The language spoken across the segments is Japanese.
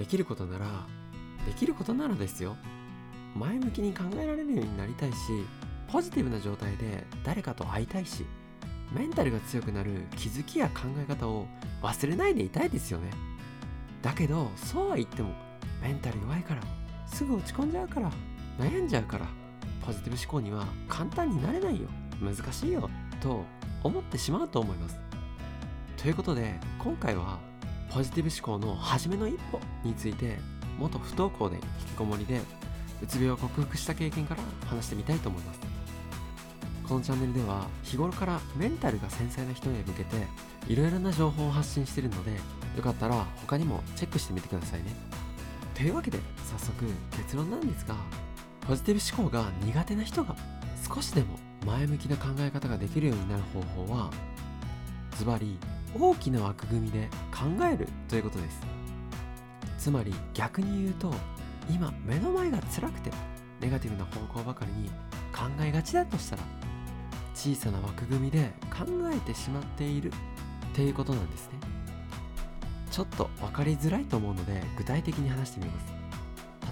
できることならですよ、前向きに考えられるようになりたいし、ポジティブな状態で誰かと会いたいし、メンタルが強くなる気づきや考え方を忘れないでいたいですよね。だけどそうは言ってもメンタル弱いから、すぐ落ち込んじゃうから、悩んじゃうから、ポジティブ思考には簡単になれないよ、難しいよと思ってしまうと思います。ということで今回はポジティブ思考の初めの一歩について、元不登校で引きこもりでうつ病を克服した経験から話してみたいと思います。このチャンネルでは日頃からメンタルが繊細な人へ向けていろいろな情報を発信しているので、よかったら他にもチェックしてみてくださいね。というわけで早速結論なんですが、ポジティブ思考が苦手な人が少しでも前向きな考え方ができるようになる方法は、ズバリ大きな枠組みで考えるということです。つまり逆に言うと、今目の前が辛くてネガティブな方向ばかりに考えがちだとしたら、小さな枠組みで考えてしまっているっていうことなんですね。ちょっと分かりづらいと思うので具体的に話してみます。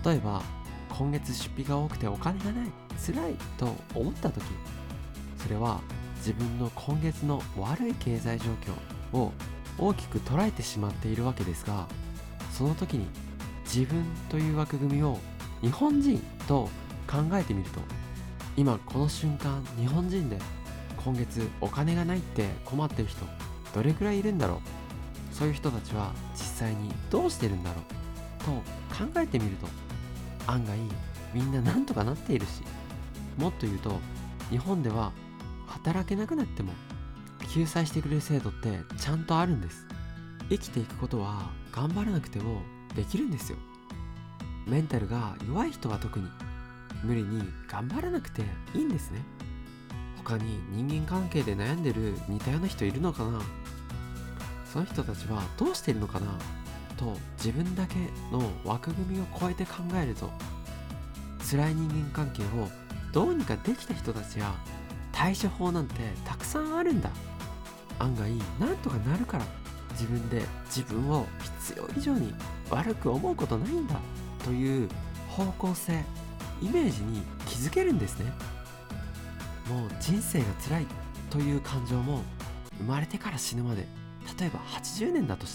例えば今月出費が多くてお金がない、辛いと思った時、それは自分の今月の悪い経済状況を大きく捉えてしまっているわけですが、その時に自分という枠組みを日本人と考えてみると、今この瞬間日本人で今月お金がないって困ってる人どれくらいいるんだろう、そういう人たちは実際にどうしてるんだろうと考えてみると、案外みんななんとかなっているし、もっと言うと日本では働けなくなっても救済してくれる制度ってちゃんとあるんです。生きていくことは頑張らなくてもできるんですよ。メンタルが弱い人は特に無理に頑張らなくていいんですね。他に人間関係で悩んでる似たような人いるのかな、その人たちはどうしているのかなと自分だけの枠組みを超えて考えると、辛い人間関係をどうにかできた人たちや対処法なんてたくさんあるんだ、案外なんとかなるから、自分で自分を必要以上に悪く思うことないんだという方向性、イメージに気づけるんですね。もう人生が辛いという感情も生まれてから死ぬまで、例えば80年だとして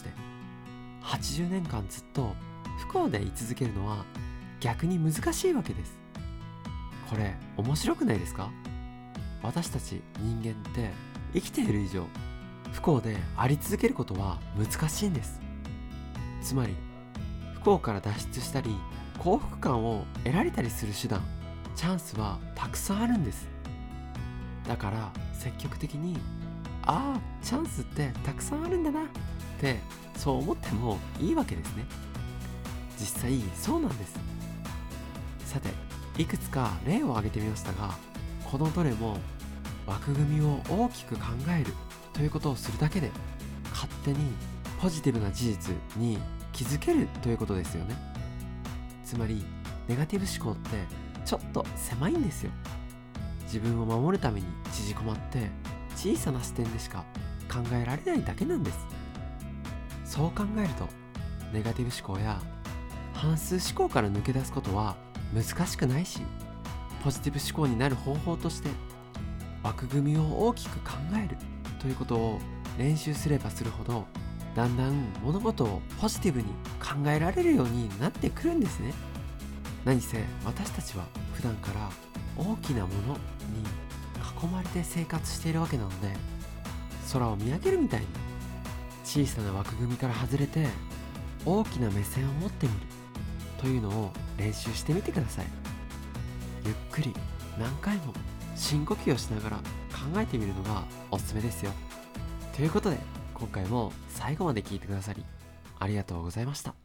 、80年間ずっと不幸で居続けるのは逆に難しいわけです。これ面白くないですか？私たち人間って生きている以上不幸であり続けることは難しいんです。つまり不幸から脱出したり幸福感を得られたりする手段、チャンスはたくさんあるんです。だから積極的に、チャンスってたくさんあるんだなってそう思ってもいいわけですね。実際そうなんです。さて、いくつか例を挙げてみましたが、このどれも枠組みを大きく考えるということをするだけで勝手にポジティブな事実に気づけるということですよね。つまりネガティブ思考ってちょっと狭いんですよ。自分を守るために縮こまって小さな視点でしか考えられないだけなんです。そう考えるとネガティブ思考や反数思考から抜け出すことは難しくないし、ポジティブ思考になる方法として枠組みを大きく考えるということを練習すればするほど、だんだん物事をポジティブに考えられるようになってくるんですね。何せ私たちは普段から大きなものに囲まれて生活しているわけなので、空を見上げるみたいに小さな枠組みから外れて大きな目線を持ってみるというのを練習してみてください。ゆっくり何回も深呼吸をしながら考えてみるのがおすすめですよ。ということで今回も最後まで聞いてくださりありがとうございました。